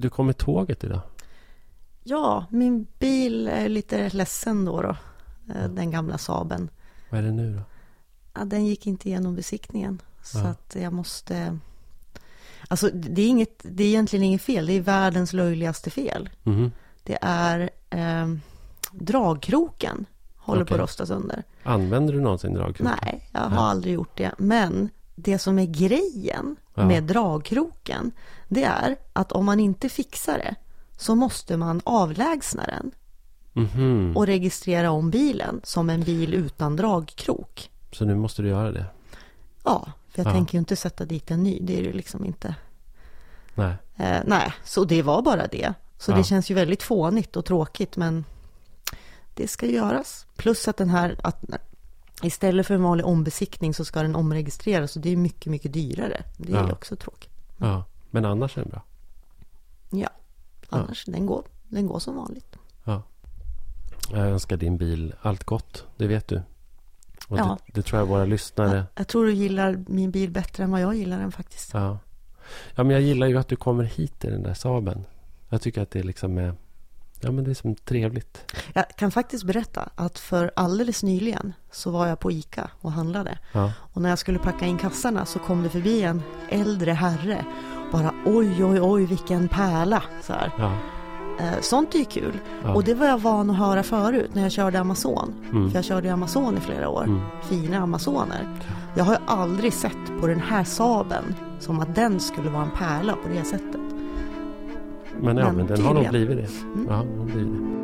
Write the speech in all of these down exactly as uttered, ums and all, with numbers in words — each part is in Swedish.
Du kom med tåget idag. Ja, min bil är lite ledsen då. då. Den gamla Saaben. Vad är det nu då? Ja, den gick inte igenom besiktningen. Så Ja. att jag måste... Alltså det är, inget, det är egentligen inget fel. Det är världens löjligaste fel. Mhm. Det är eh, dragkroken håller Okej. på att rostas under. Använder du någonsin dragkroken? Nej, jag har Nej. aldrig gjort det. Men det som är grejen Ja. med dragkroken, det är att om man inte fixar det så måste man avlägsna den Mhm. och registrera om bilen som en bil utan dragkrok. Så nu måste du göra det? Ja, för jag Ja. tänker ju inte sätta dit en ny. Det är ju liksom inte... Nej. Eh, nej, så det var bara det. Så Ja. det känns ju väldigt fånigt och tråkigt, men det ska ju göras. Plus att den här, att istället för en vanlig ombesiktning så ska den omregistreras, och det är mycket, mycket dyrare. Det är Ja. ju också tråkigt. Ja. Men annars är det bra. Ja, annars, den, går, den går som vanligt. Ja. Jag önskar din bil allt gott, det vet du. Och Ja. det, det tror jag våra lyssnare... Jag, jag tror du gillar min bil bättre än vad jag gillar den faktiskt. Ja. Ja, men jag gillar ju att du kommer hit i den där Saaben. Jag tycker att det liksom är... Ja, men det är som trevligt. Jag kan faktiskt berätta att för alldeles nyligen så var jag på ICA och handlade. Ja. Och när jag skulle packa in kassarna så kom det förbi en äldre herre. Bara oj, oj, oj, vilken pärla. Så här. Ja. Eh, sånt är ju kul. Ja. Och det var jag van att höra förut när jag körde Amazon. Mm. För jag körde ju Amazon i flera år. Mm. Fina Amazoner. Jag har ju aldrig sett på den här Saaben som att den skulle vara en pärla på det sättet. Men, ja, Men men den har nog tydligen. blivit det. Mm. Ja, den har blivit det.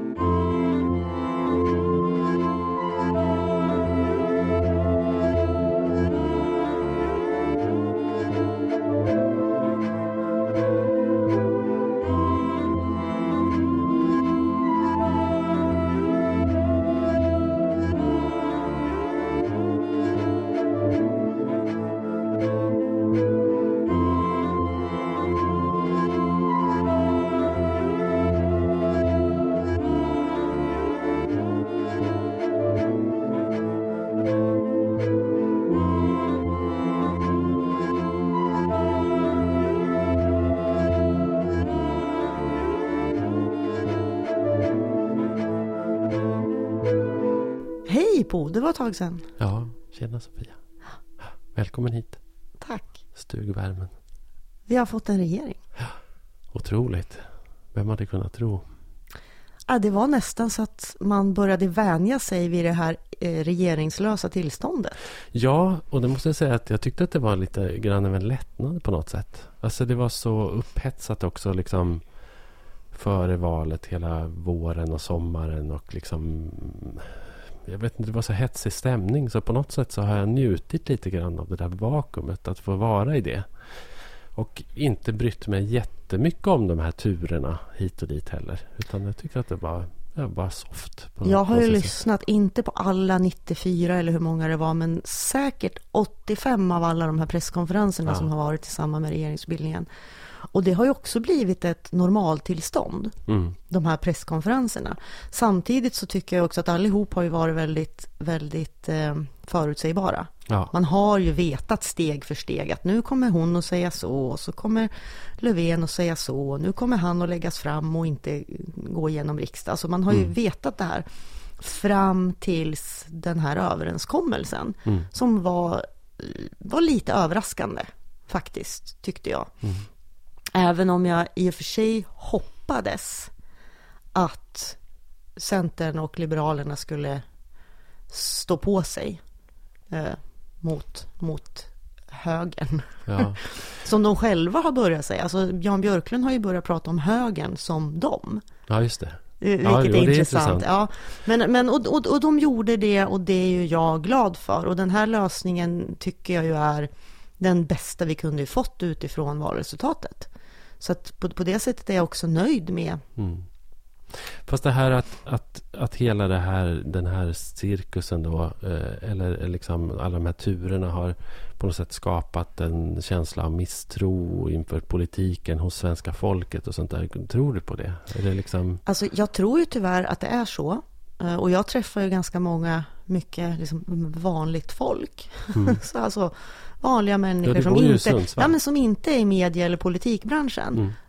Hej Po, det var ett tag sedan. Ja, tjena Sofia. Välkommen hit. Tack. Stugvärmen. Vi har fått en regering. Otroligt. Vem hade kunnat tro? Ja, det var nästan så att man började vänja sig vid det här eh, regeringslösa tillståndet. Ja, och det måste jag säga att jag tyckte att det var lite grann av en lättnad på något sätt. Alltså det var så upphetsat också liksom före valet hela våren och sommaren och liksom jag vet inte, det var så hetsig stämning så på något sätt så har jag njutit lite grann av det där vakuumet att få vara i det. Och inte brytt mig jättemycket om de här turerna hit och dit heller. Utan jag tycker att det var, ja, bara soft. På Jag har ju sätt. lyssnat, inte på alla nittiofyra eller hur många det var, men säkert åttiofem av alla de här presskonferenserna Ja. som har varit i samband med regeringsbildningen. Och det har ju också blivit ett normaltillstånd, Mm. de här presskonferenserna. Samtidigt så tycker jag också att allihop har ju varit väldigt, väldigt eh, förutsägbara. Ja. Man har ju vetat steg för steg att nu kommer hon att säga så, och så kommer Löfven att säga så, och nu kommer han att läggas fram och inte gå igenom riksdag. Alltså man har ju Mm. vetat det här fram tills den här överenskommelsen Mm. som var, var lite överraskande faktiskt, tyckte jag. Mm. Även om jag i och för sig hoppades att Centern och Liberalerna skulle stå på sig eh, mot, mot högern. Ja. Som de själva har börjat säga. Alltså Jan Björklund har ju börjat prata om högern som dem. Ja, just det. Vilket Ja, är jo, det är intressant. intressant. Ja, men, men, och, och, och de gjorde det, och det är ju jag glad för. Och den här lösningen tycker jag ju är den bästa vi kunde ju fått utifrån valresultatet. Så att på, på det sättet är jag också nöjd med. Mm. Fast det här att, att, att hela det här, den här cirkusen då, eh, eller liksom alla de här turerna har på något sätt skapat en känsla av misstro inför politiken hos svenska folket och sånt där. Tror du på det? Är det liksom... Alltså jag tror ju tyvärr att det är så. Eh, Och jag träffar ju ganska många, mycket liksom vanligt folk. Mm. Så alltså vanliga människor Ja, du som bor ju i inte, Sundsvall. ja, men som inte är i media- eller politikbranschen. Mm.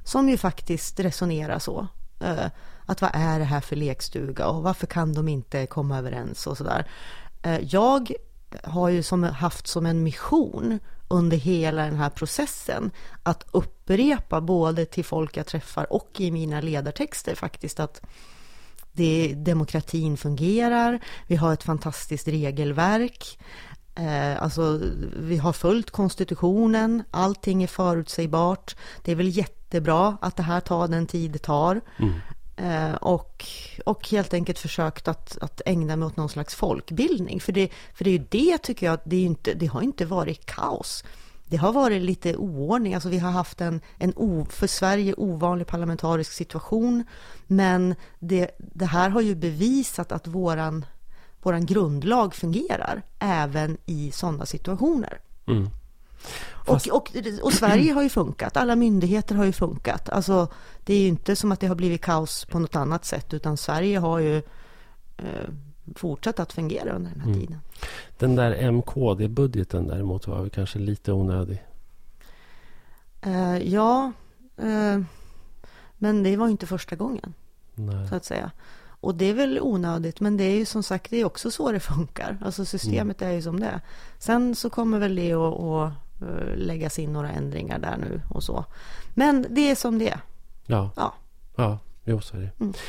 som ju faktiskt resonerar så. Eh, att vad är det här för lekstuga och varför kan de inte komma överens och sådär. Eh, jag har ju som, haft som en mission under hela den här processen att upprepa både till folk jag träffar och i mina ledartexter faktiskt att det, demokratin fungerar, vi har ett fantastiskt regelverk, eh, alltså vi har följt konstitutionen, allting är förutsägbart, det är väl jättebra att det här tar den tid det tar. Mm. Eh, och, och helt enkelt försökt att, att ägna mig åt någon slags folkbildning. För det, för det är ju det tycker jag, det, är inte, det har inte varit kaos. Det har varit lite oordning. Alltså vi har haft en, en o, för Sverige ovanlig parlamentarisk situation. Men det, det här har ju bevisat att våran, våran grundlag fungerar även i sådana situationer. Mm. Fast... Och, och, och Sverige har ju funkat. Alla myndigheter har ju funkat. Alltså, det är ju inte som att det har blivit kaos på något annat sätt. Utan Sverige har ju eh, fortsatt att fungera under den här mm. tiden. Den där M K D-budgeten däremot var väl kanske lite onödig. Eh, ja, eh, men det var ju inte första gången. Nej. Så att säga. Och det är väl onödigt, men det är ju som sagt, det är också så det funkar. Alltså systemet mm. är ju som det är. Sen så kommer väl det att, att läggas in några ändringar där nu och så. Men det är som det är. Ja, ja. ja jo, så är det. Mm.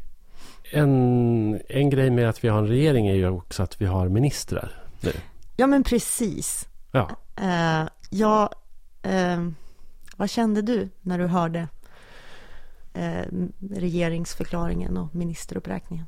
En, en grej med att vi har en regering är ju också att vi har ministrar nu. Ja, men precis. Ja. Uh, ja, uh, vad kände du när du hörde uh, regeringsförklaringen och ministeruppräkningen?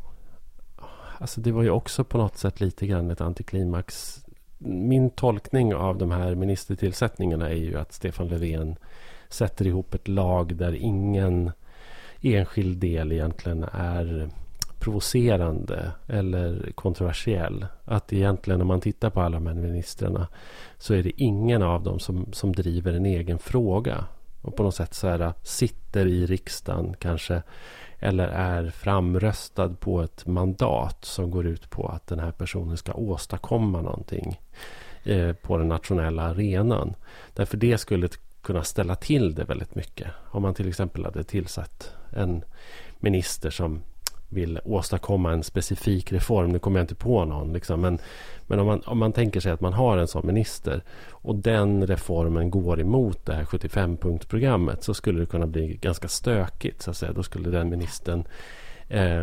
Alltså det var ju också på något sätt lite grann ett antiklimax. Min tolkning av de här ministertillsättningarna är ju att Stefan Löfven sätter ihop ett lag där ingen enskild del egentligen är provocerande eller kontroversiell. Att egentligen om man tittar på alla de här ministrarna så är det ingen av dem som, som driver en egen fråga. Och på något sätt så är sitter i riksdagen kanske eller är framröstad på ett mandat som går ut på att den här personen ska åstadkomma någonting eh, på den nationella arenan. Därför det skulle kunna ställa till det väldigt mycket. Om man till exempel hade tillsatt en minister som vill åstadkomma en specifik reform. Nu kommer jag inte på någon. Liksom. Men, men om, man, om man tänker sig att man har en sån minister och den reformen går emot det här sjuttiofem-punktsprogrammet så skulle det kunna bli ganska stökigt. Så att säga. Då skulle den ministern eh,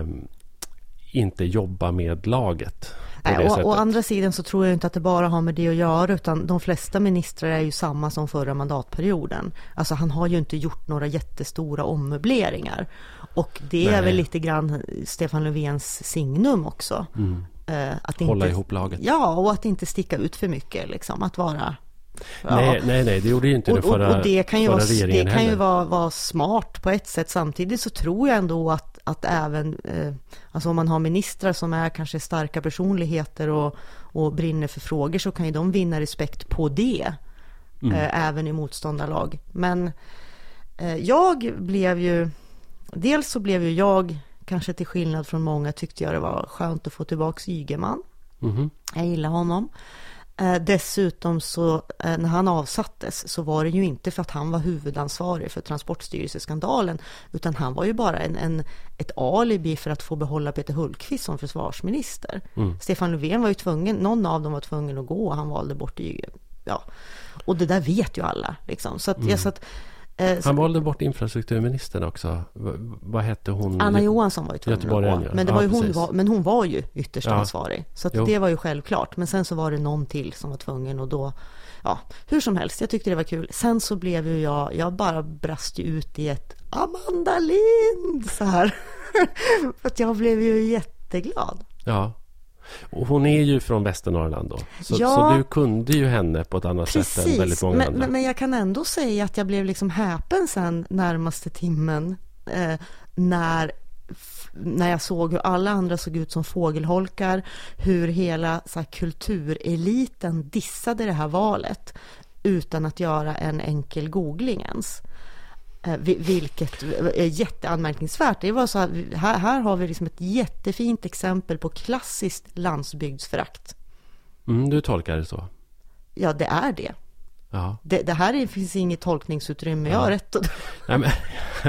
inte jobba med laget. Nej, och, å andra sidan så tror jag inte att det bara har med det att göra utan de flesta ministrar är ju samma som förra mandatperioden. Alltså han har ju inte gjort några jättestora ommöbleringar. Och det Nej. är väl lite grann Stefan Löfvens signum också. Mm. Eh, att Hålla inte, ihop laget. Ja, och att inte sticka ut för mycket. Liksom, att vara... Ja. Nej, nej, nej, det gjorde ju inte och, den förra, och, och det kan ju, vara, det kan ju vara, vara smart på ett sätt. Samtidigt så tror jag ändå att, att även eh, alltså om man har ministrar som är kanske starka personligheter och, och brinner för frågor så kan ju de vinna respekt på det. Mm. Eh, även i motståndarlag. Men eh, jag blev ju dels så blev ju jag kanske till skillnad från många tyckte jag det var skönt att få tillbaka Ygeman. Mm. Jag gillar honom. Eh, dessutom så eh, när han avsattes så var det ju inte för att han var huvudansvarig för Transportstyrelseskandalen utan han var ju bara en, en, ett alibi för att få behålla Peter Hultqvist som försvarsminister. Mm. Stefan Löfven var ju tvungen, någon av dem var tvungen att gå och han valde bort Ygeman. Ja. Och det där vet ju alla liksom. Så att, mm. jag, så att Han så, valde bort infrastrukturministern också. V- vad hette hon? Anna Johansson var ju tvungen att gå. Men, det var ju ja, hon var, men hon var ju ytterst ja. ansvarig. Så att Jo. det var ju självklart. Men sen så var det någon till som var tvungen och då, ja, hur som helst. Jag tyckte det var kul. Sen så blev ju jag, jag bara brast ju ut i ett Amanda Lind så här. För att jag blev ju jätteglad. Ja. Och hon är ju från Västernorrland då. Så, ja, så du kunde ju henne på ett annat precis, sätt än väldigt många men, andra. Men jag kan ändå säga att jag blev liksom häpen sen närmaste timmen eh, när, f- när jag såg hur alla andra såg ut som fågelholkar. Hur hela så här, kultureliten dissade det här valet utan att göra en enkel googling ens. Vilket är jätteanmärkningsvärt. Det var så här, här, här har vi liksom ett jättefint exempel på klassiskt landsbygdsförakt. Mm, du tolkar det så? Ja, det är det. Ja. Det, det här är, finns inget tolkningsutrymme. Jag har Ja. rätt. Och... Nej, men,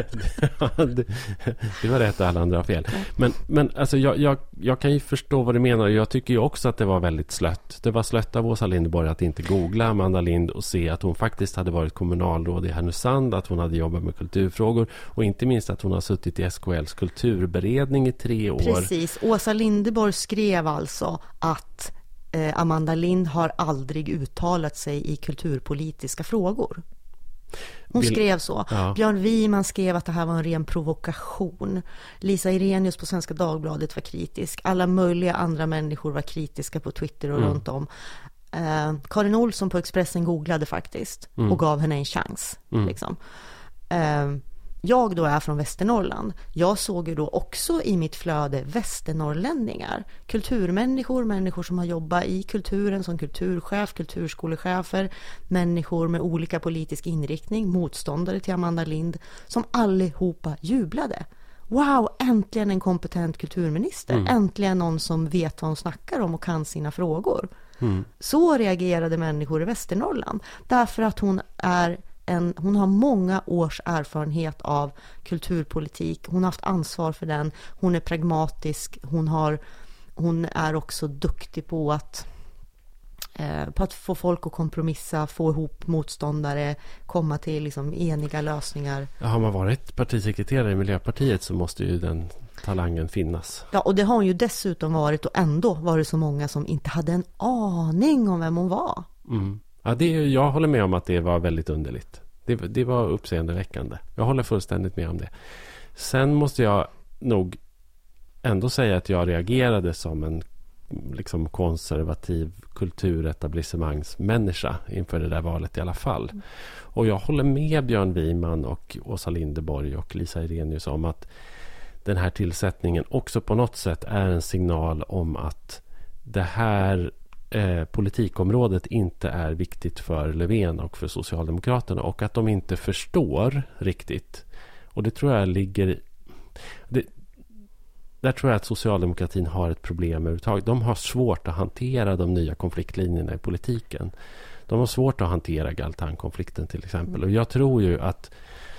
det, det var rätt och alla andra har fel. Men, men alltså, jag, jag, jag kan ju förstå vad du menar. Jag tycker ju också att det var väldigt slött. Det var slött av Åsa Linderborg att inte googla Amanda Lind och se att hon faktiskt hade varit kommunalråd i Härnösand, att hon hade jobbat med kulturfrågor och inte minst att hon har suttit i S K L:s kulturberedning i tre år. Precis. Åsa Linderborg skrev alltså att eh, Amanda Lind har aldrig uttalat sig i kulturpolitiska frågor. Hon Vill... skrev så. Ja. Björn Wiman skrev att det här var en ren provokation. Lisa Irenius på Svenska Dagbladet var kritisk. Alla möjliga andra människor var kritiska på Twitter och mm. runt om. Eh, Karin Olsson på Expressen googlade faktiskt mm. och gav henne en chans. Mm. Liksom. Eh, jag då är från Västernorrland. Jag såg ju då också i mitt flöde västernorrlänningar. Kulturmänniskor, människor som har jobbat i kulturen som kulturchef, kulturskolechefer, människor med olika politisk inriktning, motståndare till Amanda Lind, som allihopa jublade. Wow, äntligen en kompetent kulturminister. Mm. Äntligen någon som vet vad hon snackar om och kan sina frågor. Mm. Så reagerade människor i Västernorrland. Därför att hon är En, hon har många års erfarenhet av kulturpolitik. Hon har haft ansvar för den. Hon är pragmatisk. Hon, har, hon är också duktig på att, eh, på att få folk att kompromissa, få ihop motståndare, komma till liksom, eniga lösningar. Ja, har man varit partisekreterare i Miljöpartiet så måste ju den talangen finnas. Ja, och det har hon ju dessutom varit, och ändå var det så många som inte hade en aning om vem hon var. Mm. Ja, det, jag håller med om att det var väldigt underligt. Det, det var uppseendeväckande. Jag håller fullständigt med om det. Sen måste jag nog ändå säga att jag reagerade som en liksom konservativ kulturetablissemangsmänniska inför det där valet i alla fall. Mm. Och jag håller med Björn Wiman och Åsa Linderborg och Lisa Irenius om att den här tillsättningen också på något sätt är en signal om att det här Eh, politikområdet inte är viktigt för Löfven och för Socialdemokraterna och att de inte förstår riktigt. Och det tror jag ligger det, där tror jag att socialdemokratin har ett problem överhuvudtaget. De har svårt att hantera de nya konfliktlinjerna i politiken. De har svårt att hantera Galtan-konflikten till exempel. Och jag tror ju att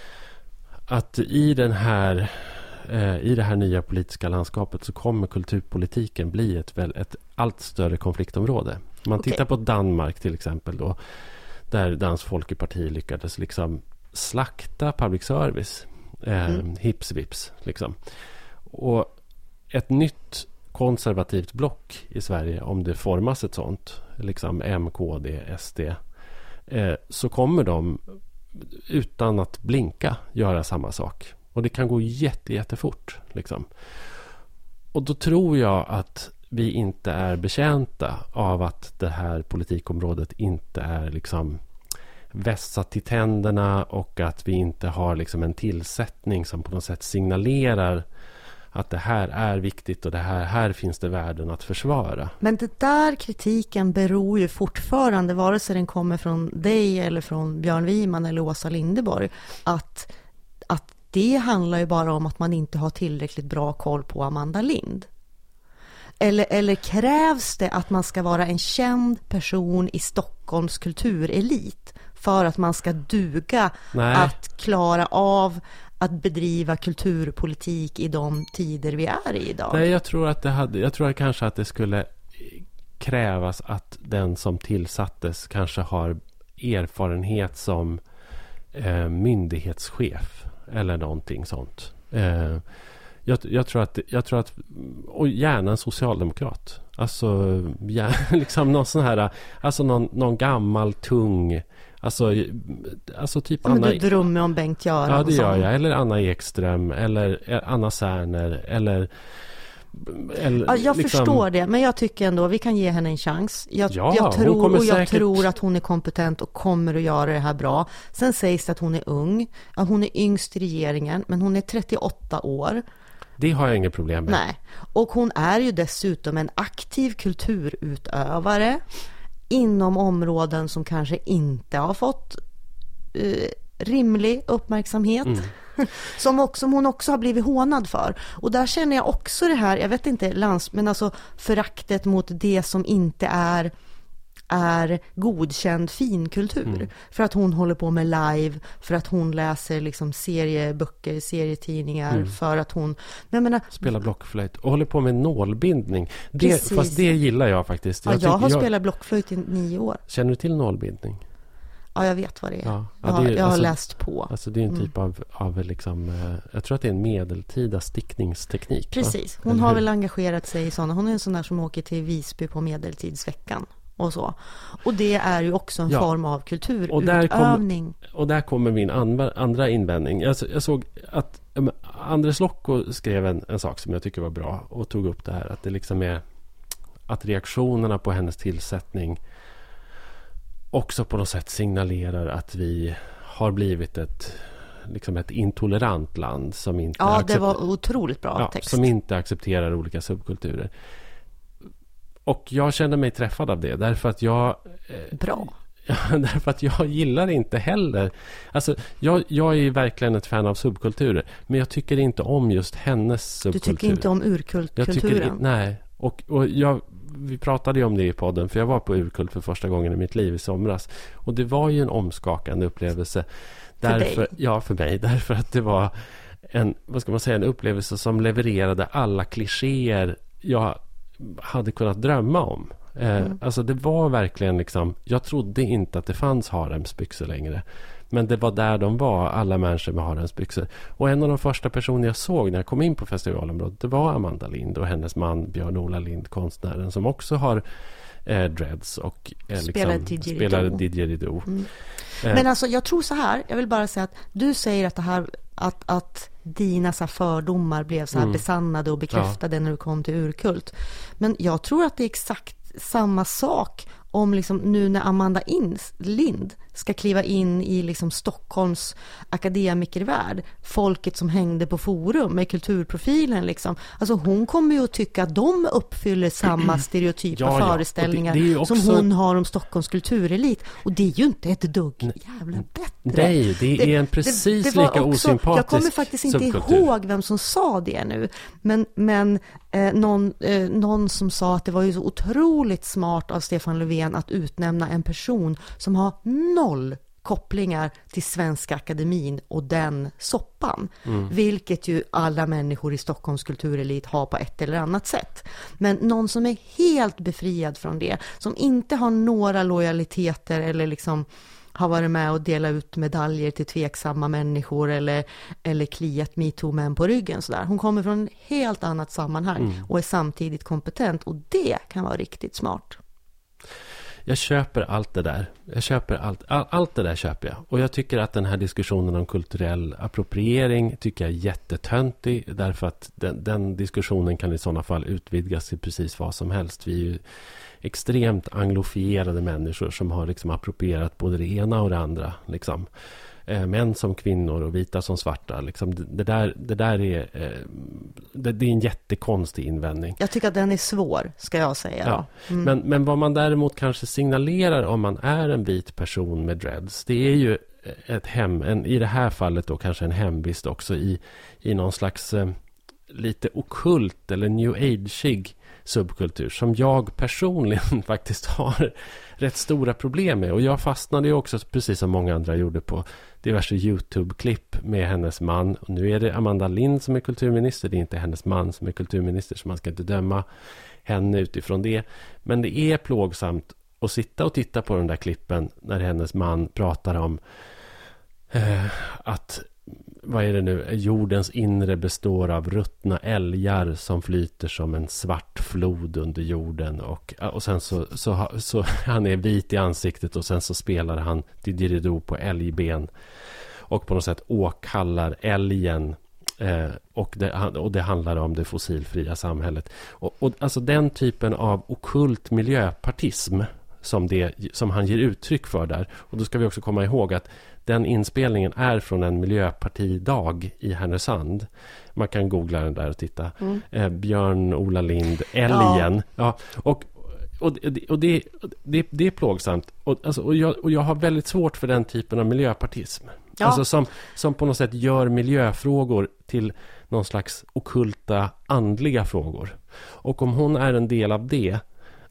att i den här i det här nya politiska landskapet så kommer kulturpolitiken bli ett, ett allt större konfliktområde. Man okay. tittar på Danmark till exempel då, där Dansk Folkeparti lyckades liksom slakta public service eh, mm. hips vips liksom. Och ett nytt konservativt block i Sverige, om det formas ett sånt liksom M, K D, S D eh, så kommer de utan att blinka göra samma sak. Och det kan gå jätte, jättefort. Liksom. Och då tror jag att vi inte är betjänta av att det här politikområdet inte är liksom vässat till tänderna och att vi inte har liksom en tillsättning som på något sätt signalerar att det här är viktigt och det här, här finns det värden att försvara. Men det där kritiken beror ju fortfarande, vare sig den kommer från dig eller från Björn Wiman eller Åsa Linderborg, att, att det handlar ju bara om att man inte har tillräckligt bra koll på Amanda Lind. Eller, eller krävs det att man ska vara en känd person i Stockholms kulturelit för att man ska duga Nej. Att klara av att bedriva kulturpolitik i de tider vi är i idag? Nej, jag tror att det hade, jag tror att kanske att det skulle krävas att den som tillsattes kanske har erfarenhet som eh, myndighetschef eller någonting sånt. Eh, jag, jag tror att jag tror att och gärna en socialdemokrat. Alltså ja, liksom någon sån här alltså någon, någon gammal tung alltså alltså typ ja, men Anna, du drömmer om Bengt Göran. Ja, det gör jag. Eller Anna Ekström eller Anna Särner eller Eller, ja, jag liksom... förstår det, men jag tycker ändå vi kan ge henne en chans. Jag, ja, jag, tror, och jag säkert... tror att hon är kompetent och kommer att göra det här bra. Sen sägs det att hon är ung. Ja, hon är yngst i regeringen, men hon är trettioåtta år. Det har jag inget problem med. Nej. Och hon är ju dessutom en aktiv kulturutövare inom områden som kanske inte har fått eh, rimlig uppmärksamhet. Mm. Som, också, som hon också har blivit hånad för. Och där känner jag också det här, jag vet inte, lands, men alltså föraktet mot det som inte är är godkänd finkultur. Mm. För att hon håller på med live, för att hon läser liksom serieböcker, serietidningar, mm. för att hon... Jag menar, spelar blockflöjt och håller på med nålbindning. Det, fast det gillar jag faktiskt. Jag, jag, jag har jag... spelat blockflöjt i nio år. Känner du till nålbindning? Ja, jag vet vad det är. Ja, ja, ja, det är jag har alltså, läst på. Alltså det är en typ mm. av, av liksom, jag tror att det är en medeltida stickningsteknik. Precis. Hon har väl engagerat sig i sådana. Hon är en sån där som åker till Visby på medeltidsveckan och så. Och det är ju också en ja. form av kulturutövning. Och, och där kommer min andra, andra invändning. Jag, jag såg att um, Andres Lokko skrev en, en sak som jag tycker var bra och tog upp det här. Att det liksom är att reaktionerna på hennes tillsättning också på något sätt signalerar att vi har blivit ett, liksom ett intolerant land som inte ja, accept- det var otroligt bra ja, text. som inte accepterar olika subkulturer. Och jag kände mig träffad av det därför att jag eh, bra. Ja, därför att jag gillar inte heller. Alltså, jag, jag är verkligen ett fan av subkulturer, men jag tycker inte om just hennes subkultur. Du tycker inte om urkulturen? Nej, och, och jag vi pratade ju om det i podden, för jag var på Urkult för första gången i mitt liv i somras. Och det var ju en omskakande upplevelse. Därför, för dig? Ja, för mig. Därför att det var en, vad ska man säga, en upplevelse som levererade alla klichéer jag hade kunnat drömma om. Mm. Eh, alltså det var verkligen liksom, jag trodde inte att det fanns haremsbyxor längre. Men det var där de var, alla människor med haremsbyxor. Och en av de första personer jag såg när jag kom in på festivalområdet, det var Amanda Lind och hennes man Björn-Ola Lind, konstnären som också har eh, dreads och eh, liksom, spelar didgeridoo. Mm. Eh. Men alltså jag tror så här, jag vill bara säga att du säger att det här att, att dina så här fördomar blev så här mm. besannade och bekräftade ja. när du kom till Urkult. Men jag tror att det är exakt samma sak om liksom nu när Amanda Lind ska kliva in i liksom Stockholms akademikervärld, folket som hängde på Forum med kulturprofilen liksom. Alltså hon kommer ju att tycka att de uppfyller samma stereotypa ja, ja. föreställningar det, det också... som hon har om Stockholms kulturelit, och det är ju inte ett dugg jävla bättre. Nej, det är det, en precis det, det lika också, osympatisk jag kommer faktiskt inte subkultur. ihåg vem som sa det nu, men, men eh, någon, eh, någon som sa att det var ju så otroligt smart av Stefan Löfven att utnämna en person som har noll kopplingar till Svenska akademin och den soppan. Mm. Vilket ju alla människor i Stockholms kulturelit har på ett eller annat sätt. Men någon som är helt befriad från det, som inte har några lojaliteter eller liksom har varit med och delat ut medaljer till tveksamma människor eller, eller kliat MeToo-män på ryggen. Sådär. Hon kommer från ett helt annat sammanhang mm. och är samtidigt kompetent, och det kan vara riktigt smart. Jag köper allt det där. Jag köper allt, all, allt det där köper jag. Och jag tycker att den här diskussionen om kulturell appropriering tycker jag är jättetöntig. Därför att den, den diskussionen kan i sådana fall utvidgas till precis vad som helst. Vi är ju extremt anglofierade människor som har liksom approprierat både det ena och det andra. Liksom. Eh, män som kvinnor och vita som svarta. Liksom. Det, det, där, det där är, eh, det, det är en jättekonstig invändning. Jag tycker att den är svår, ska jag säga. Ja. Mm. Men, men vad man däremot kanske signalerar om man är en vit person med dreads, det är ju ett hem, en, i det här fallet då kanske en hemvist också i, i någon slags eh, lite ockult eller new age-ig subkultur som jag personligen faktiskt har rätt stora problem med. Och jag fastnade ju också, precis som många andra gjorde, på diverse YouTube-klipp med hennes man. Och nu är det Amanda Lind som är kulturminister, det är inte hennes man som är kulturminister, så man ska inte döma henne utifrån det. Men det är plågsamt att sitta och titta på de där klippen när hennes man pratar om eh, att vad är det nu? Jordens inre består av ruttna älgar som flyter som en svart flod under jorden. Och, och sen så, så, så han är vit i ansiktet och sen så spelar han didgeridoo på älgben. Och på något sätt åkallar älgen. Eh, och, det, och det handlar om det fossilfria samhället. Och, och alltså den typen av ockult miljöpartism som, det, som han ger uttryck för där. Och då ska vi också komma ihåg att den inspelningen är från en miljöpartidag i Härnösand. Man kan googla den där och titta. Mm. Eh, Björn-Ola Lind, älgen. Ja. Ja, och och, och det, det, det är plågsamt. Och, alltså, och, jag, och jag har väldigt svårt för den typen av miljöpartism. Ja. Alltså som, som på något sätt gör miljöfrågor till någon slags ockulta andliga frågor. Och om hon är en del av det,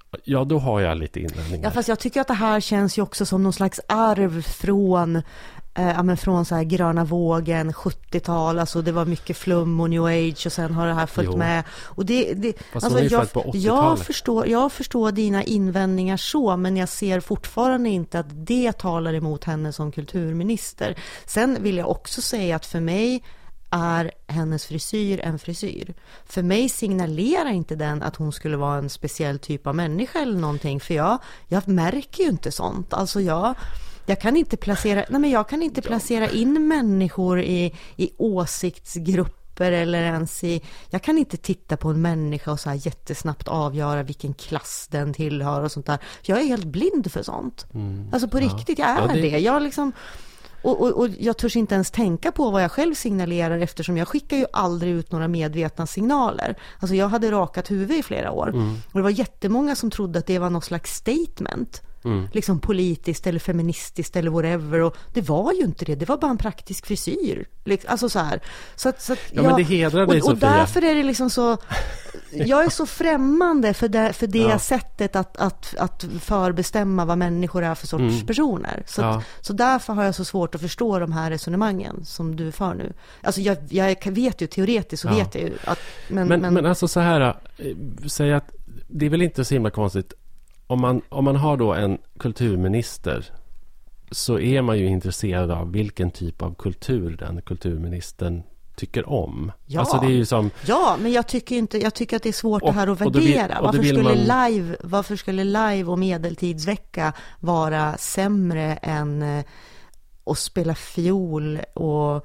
Ja, då har jag lite invändningar. Ja, fast jag tycker att det här känns ju också som någon slags arv från, eh, ja, men från så här gröna vågen, sjuttiotal. Alltså det var mycket flum och new age och sen har det här följt Jo. med. Och det, det, Fast alltså, hon är ju jag, född på åttiotalet. jag, förstår, jag förstår dina invändningar så, men jag ser fortfarande inte att det talar emot henne som kulturminister. Sen vill jag också säga att för mig är hennes frisyr en frisyr. För mig signalerar inte den att hon skulle vara en speciell typ av människa eller någonting, för jag, jag märker ju inte sånt. Alltså jag, jag kan inte placera, nej men jag kan inte placera in människor i, i åsiktsgrupper eller ens i, jag kan inte titta på en människa och så här jättesnabbt avgöra vilken klass den tillhör och sånt där. Jag är helt blind för sånt. Mm. Alltså på ja. riktigt, jag är ja, det... det. Jag liksom Och, och, och jag törs inte ens tänka på vad jag själv signalerar, eftersom jag skickar ju aldrig ut några medvetna signaler. Alltså jag hade rakat huvud i flera år. Mm. Och det var jättemånga som trodde att det var något slags statement. Mm. Liksom politiskt eller feministiskt eller whatever. Och det var ju inte det. Det var bara en praktisk frisyr. Alltså så här. Så att, så att ja, jag, men det hedrar dig, och, Sofia. och därför är det liksom så... Jag är så främmande för det, för det ja. sättet att, att, att förbestämma vad människor är för sorts mm. personer. Så, ja. att, så därför har jag så svårt att förstå de här resonemangen som du för nu. Alltså jag, jag vet ju teoretiskt så ja. vet jag ju att... Men, men, men, men alltså så här, säg att det är väl inte så himla konstigt. Om man, om man har då en kulturminister, så är man ju intresserad av vilken typ av kultur den kulturministern tycker om. Ja, alltså det är ju som... ja men jag tycker, inte, jag tycker att det är svårt och, det här att värdera. Vill, varför, skulle man... live, varför skulle live och medeltidsvecka vara sämre än eh, att spela fiol och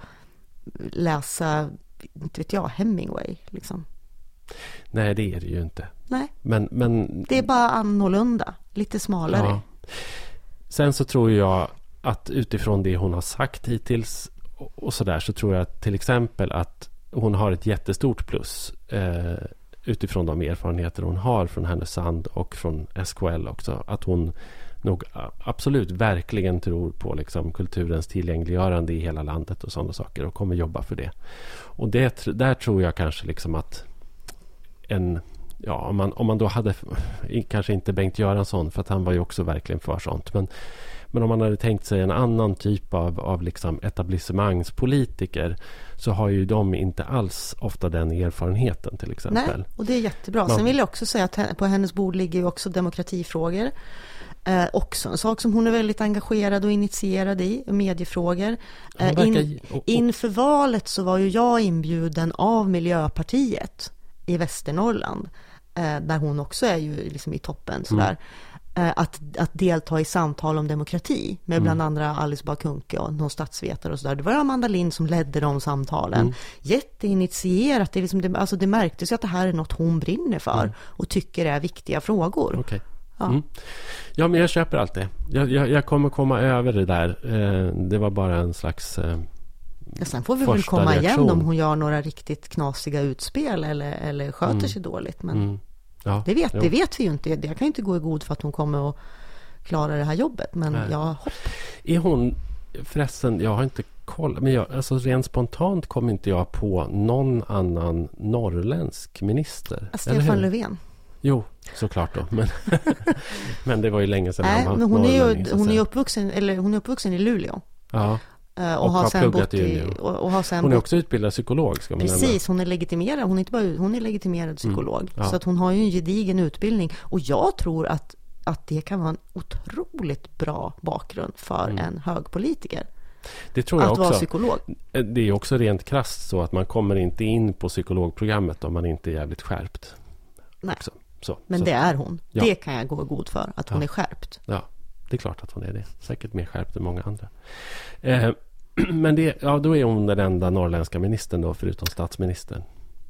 läsa, inte vet jag, Hemingway liksom? Nej, det är det ju inte. Nej, men, men... det är bara annorlunda, lite smalare. Ja. Sen så tror jag att utifrån det hon har sagt hittills och så där, så tror jag till exempel att hon har ett jättestort plus eh, utifrån de erfarenheter hon har från Härnösand och från S K L också. Att hon nog absolut verkligen tror på liksom kulturens tillgängliggörande i hela landet och sådana saker och kommer jobba för det. Och det, där tror jag kanske liksom att en... Ja, om man, om man då hade kanske inte Bengt Göransson, för att han var ju också verkligen för sånt. Men, men om man hade tänkt sig en annan typ av, av liksom etablissemangspolitiker, så har ju de inte alls ofta den erfarenheten till exempel. Nej, och det är jättebra. Sen vill jag också säga att på hennes bord ligger ju också demokratifrågor. Eh, också en sak som hon är väldigt engagerad och initierad i, mediefrågor. Eh, in, inför valet så var ju jag inbjuden av Miljöpartiet i Västernorrland, eh, där hon också är ju liksom i toppen sådär, mm. eh, att, att delta i samtal om demokrati med bland mm. andra Alice Bah Kuhnke och någon statsvetare och sådär. Det var Amanda Lind som ledde de samtalen. Mm. Jätteinitierat. Det, liksom, det, alltså det märktes ju att det här är något hon brinner för mm. och tycker är viktiga frågor. Okay. Ja. Mm. Ja, men jag köper allt det. Jag, jag, jag kommer komma över det där. Eh, det var bara en slags... Eh, Ja, sen får vi väl komma reaktion. igen om hon gör några riktigt knasiga utspel eller, eller sköter mm. sig dåligt. Men mm. ja, det, vet, det vet vi ju inte. Jag kan ju inte gå i god för att hon kommer att klara det här jobbet. Men Nej. jag hoppas. Är hon, förresten, jag har inte koll. Men jag, alltså rent spontant kommer inte jag på någon annan norrländsk minister. Stefan Löfven. Jo, såklart då. Men, men det var ju länge sedan. Nej, men hon är ju hon är uppvuxen, eller hon är uppvuxen i Luleå. Ja. Och, och, har sen bott i, och, och har sen hon är bott... också utbildad psykolog, ska man Precis, nämna. Hon är legitimerad. Hon är inte bara hon är legitimerad psykolog. Mm, ja. Så att hon har ju en gedigen utbildning. Och jag tror att, att det kan vara en otroligt bra bakgrund för mm. en högpolitiker. Det tror jag att också. vara psykolog. Det är också rent krasst så att man kommer inte in på psykologprogrammet om man inte är jävligt skärpt. Nej, också. Så, men så. det är hon. Ja. Det kan jag gå god för, att hon ja. är skärpt. Ja, det är klart att hon är det. Säkert mer skärpt än många andra. Eh, men det, ja, då är hon den enda norrländska ministern då, förutom statsministern.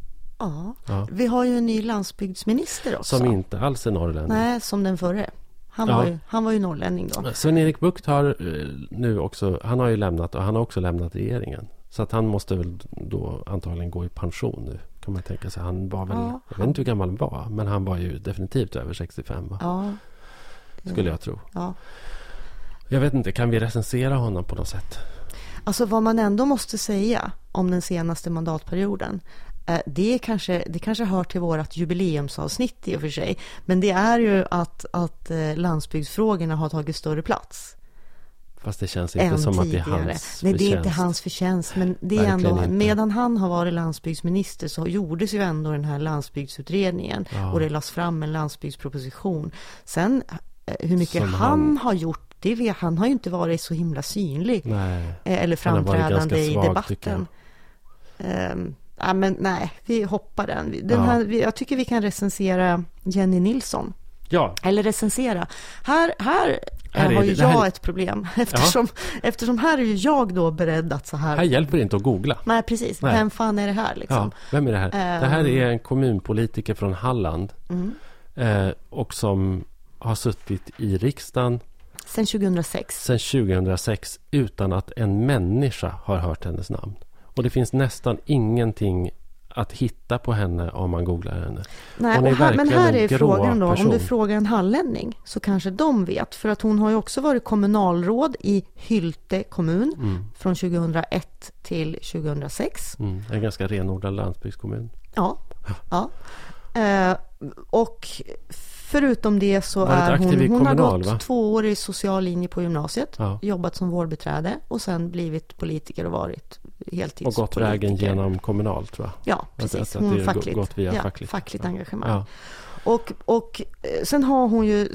Ja. ja, vi har ju en ny landsbygdsminister också. Som inte alls är norrlänning. Nej, som den förre. Han, ja. var ju, han var ju norrlänning då. Sven-Erik Bucht har nu också, han har ju lämnat, och han har också lämnat regeringen. Så att han måste väl då antagligen gå i pension nu, kan man tänka sig. Han var väl, ja, jag vet inte hur gammal han var, men han var ju definitivt över sextiofem, va? Ja. Skulle jag tro. Ja. Jag vet inte, kan vi recensera honom på något sätt? Alltså vad man ändå måste säga om den senaste mandatperioden, det kanske, det kanske hör till vårt jubileumsavsnitt i och för sig, men det är ju att, att landsbygdsfrågorna har tagit större plats. Fast det känns inte som tidigare. Att det är hans förtjänst. Nej, det är inte hans förtjänst, men det är ändå, inte. Medan han har varit landsbygdsminister så gjordes ju ändå den här landsbygdsutredningen ja. och det lades fram en landsbygdsproposition. Sen hur mycket han, han har gjort, det vet han har ju inte varit så himla synlig. Nej. Eller framträdande i svag, debatten. Um, ja, men nej, vi hoppar den. den ja. här, jag tycker vi kan recensera Jenny Nilsson. Ja. Eller recensera. Här, här, här har ju det, jag här... ett problem. Eftersom, eftersom här är ju jag då beredd att så här... Här hjälper det inte att googla. Nej, precis. Nej. Vem fan är det här liksom? Ja, vem är det här? Um... Det här är en kommunpolitiker från Halland. Mm. Eh, och som har suttit i riksdagen Sen tjugohundrasex. Sen tjugohundrasex utan att en människa har hört hennes namn. Och det finns nästan ingenting att hitta på henne om man googlar henne. Nej, hon är och här, men här är frågan då, person. Om du frågar en hallänning så kanske de vet. För att hon har ju också varit kommunalråd i Hylte kommun mm. från tjugohundraett till tjugohundrasex. Mm, en ganska renodlad landsbygdskommun. Ja, ja. Eh, och förutom det så Varit är hon, hon kommunal, har gått va? två år i social linje på gymnasiet, ja. jobbat som vårdbiträde och sen blivit politiker och varit heltidspolitiker. Och gått vägen genom kommunal, tror jag. Ja, precis. Att, att hon det fackligt, gått via ja, fackligt. fackligt engagemang. Ja. Och, och sen har hon ju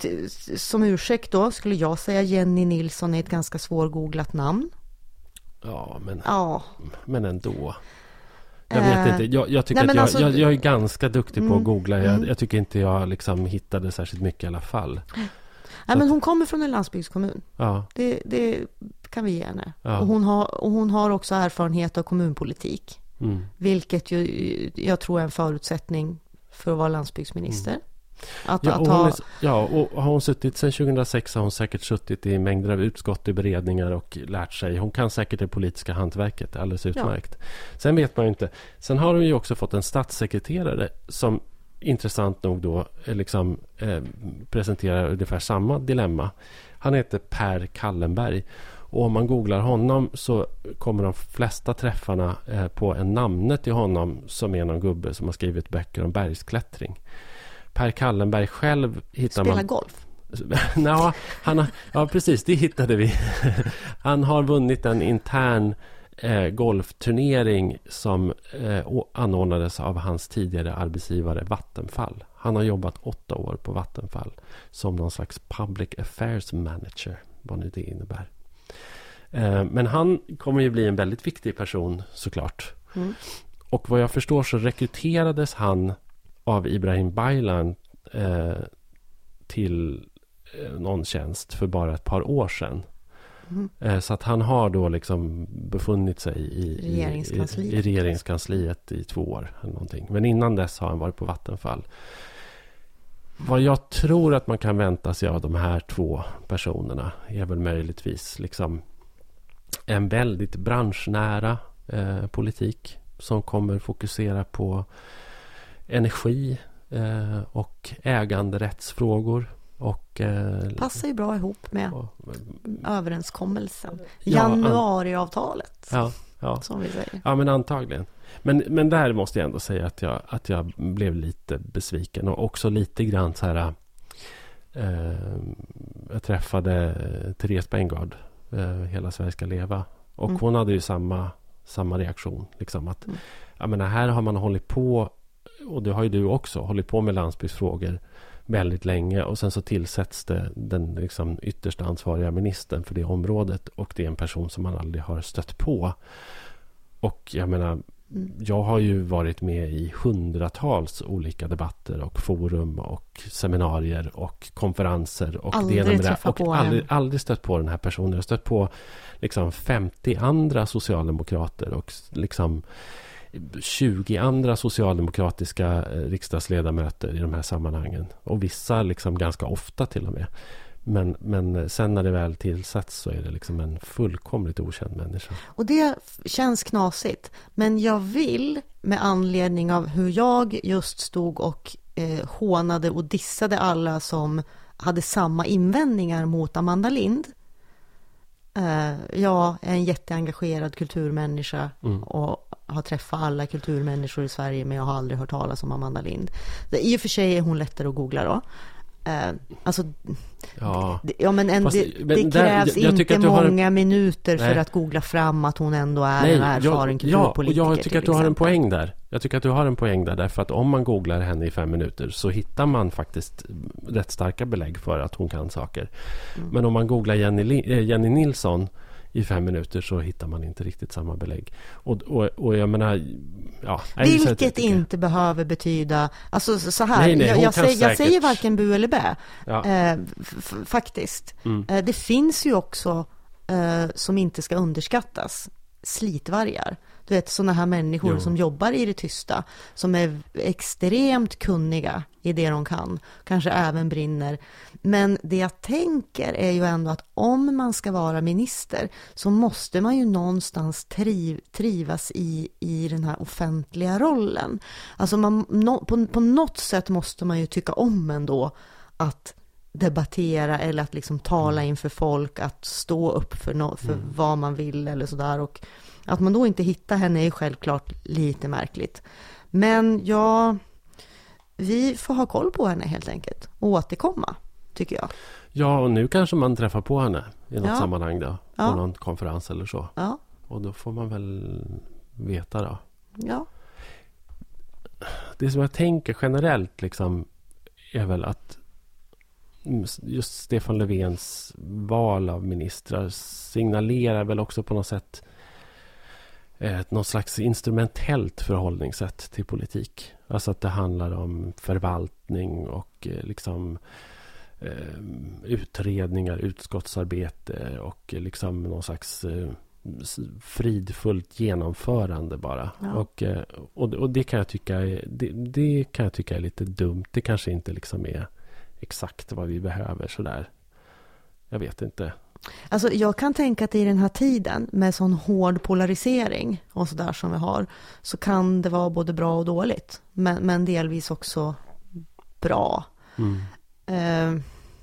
som ursäkt då, skulle jag säga, Jenny Nilsson är ett ganska svårgooglat namn. Ja, men, ja. men ändå... Jag vet inte. Jag, jag tycker Nej, att jag, alltså, jag, jag är ganska duktig mm, på att googla. Jag, mm. jag tycker inte jag liksom hittade särskilt mycket i alla fall. Nej, men hon kommer från en landsbygdskommun. Ja. Det, det kan vi ge henne. Ja. Och, hon har, och hon har också erfarenhet av kommunpolitik. Mm. Vilket ju, jag tror är en förutsättning för att vara landsbygdsminister. Mm. Att, ja, att och ha... hon är, ja, och har hon suttit sedan tjugohundrasex har hon säkert suttit i mängder av utskott i beredningar och lärt sig. Hon kan säkert det politiska hantverket alldeles utmärkt. Ja. Sen vet man ju inte. Sen har hon ju också fått en statssekreterare som intressant nog då liksom, eh, presenterar ungefär samma dilemma. Han heter Per Kallenberg. Och om man googlar honom så kommer de flesta träffarna eh, på en namnet till honom som är någon gubbe som har skrivit böcker om bergsklättring. Per Kallenberg själv hittar Spela man... golf? ja, han har, ja, precis. Det hittade vi. Han har vunnit en intern eh, golfturnering som eh, anordnades av hans tidigare arbetsgivare Vattenfall. Han har jobbat åtta år på Vattenfall som någon slags public affairs manager, vad nu det innebär. Eh, men han kommer ju bli en väldigt viktig person såklart. Mm. Och vad jag förstår så rekryterades han av Ibrahim Baylan eh, till eh, någon tjänst för bara ett par år sedan. Mm. Eh, så att han har då liksom befunnit sig i, regeringskansliet. i, i regeringskansliet i två år eller någonting. Men innan dess har han varit på Vattenfall. Vad jag tror att man kan vänta sig av de här två personerna är väl möjligtvis liksom en väldigt branschnära eh, politik som kommer fokusera på energi eh, och äganderättsfrågor. Och, eh, passar ju bra ihop med och, överenskommelsen. Ja, Januariavtalet. Ja, ja. Som vi säger. Ja, men antagligen. Men, men där måste jag ändå säga att jag, att jag blev lite besviken. Och också lite grann så här... Eh, jag träffade Therese Bengard, eh, Hela Sverige ska leva. Och mm. hon hade ju samma, samma reaktion. Liksom att, mm. jag menar, här har man hållit på, och det har ju du också, hållit på med landsbygdsfrågor väldigt länge. Och sen så tillsätts det den liksom yttersta ansvariga ministern för det området. Och det är en person som man aldrig har stött på. Och jag menar, mm. jag har ju varit med i hundratals olika debatter och forum och seminarier och konferenser. Och aldrig det träffat och på aldrig, aldrig stött på den här personen. Jag har stött på liksom femtio andra socialdemokrater och liksom tjugo andra socialdemokratiska riksdagsledamöter i de här sammanhangen. Och vissa liksom ganska ofta till och med. Men, men sen när det väl tillsätts så är det liksom en fullkomligt okänd människa. Och det känns knasigt. Men jag vill, med anledning av hur jag just stod och eh, hånade och dissade alla som hade samma invändningar mot Amanda Lind. Jag är en jätteengagerad kulturmänniska Mm. och har träffat alla kulturmänniskor i Sverige, men jag har aldrig hört talas om Amanda Lind. I och för sig är hon lättare att googla då. Eh, alltså, Ja, det, ja, men en, Fast, det, men det där- krävs jag- jag tycker inte att du har en- många minuter för Nej. att googla fram att hon ändå är Nej, en erfaren jag, kulturpolitiker. ja, och jag tycker till att du har en exempel. poäng där. Jag tycker att du har en poäng där, därför att om man googlar henne i fem minuter så hittar man faktiskt rätt starka belägg för att hon kan saker. Mm. Men om man googlar Jenny, Li- eh, Jenny Nilsson i fem minuter så hittar man inte riktigt samma belägg. Och, och, och jag menar... Ja, nej, så att jag Vilket tycker- inte behöver betyda, alltså så så här, Nej, nej, jag, hon jag, kan säger, jag säkert- säger varken bu eller bä, Ja. eh, f- f- faktiskt. Mm. Eh, det finns ju också, eh, som inte ska underskattas, slitvargar. Du vet, sådana här människor Jo. som jobbar i det tysta, som är extremt kunniga i det de kan, kanske även brinner. Men det jag tänker är ju ändå att om man ska vara minister så måste man ju någonstans triv, trivas i, i den här offentliga rollen. Alltså man, no, på, på något sätt måste man ju tycka om ändå att debattera eller att liksom tala inför folk, att stå upp för, no, för Mm. vad man vill eller sådär. Och att man då inte hittar henne är ju självklart lite märkligt. Men ja, vi får ha koll på henne helt enkelt och återkomma, tycker jag. Ja, och nu kanske man träffar på henne i något Ja. sammanhang då. På Ja. någon konferens eller så. Ja, Och då får man väl veta då. ja. Det som jag tänker generellt liksom är väl att just Stefan Löfvens val av ministrar signalerar väl också på något sätt ett något slags instrumentellt förhållningssätt till politik. Alltså att det handlar om förvaltning och eh, liksom eh, utredningar, utskottsarbete och eh, liksom någon slags eh, s- fridfullt genomförande bara. Ja. Och, eh, och, och det kan jag tycka är, det, det kan jag tycka är lite dumt. Det kanske inte liksom är exakt vad vi behöver sådär. Jag vet inte. Alltså jag kan tänka att i den här tiden med sån hård polarisering och sådär som vi har, så kan det vara både bra och dåligt. Men, men delvis också bra. Mm. Eh,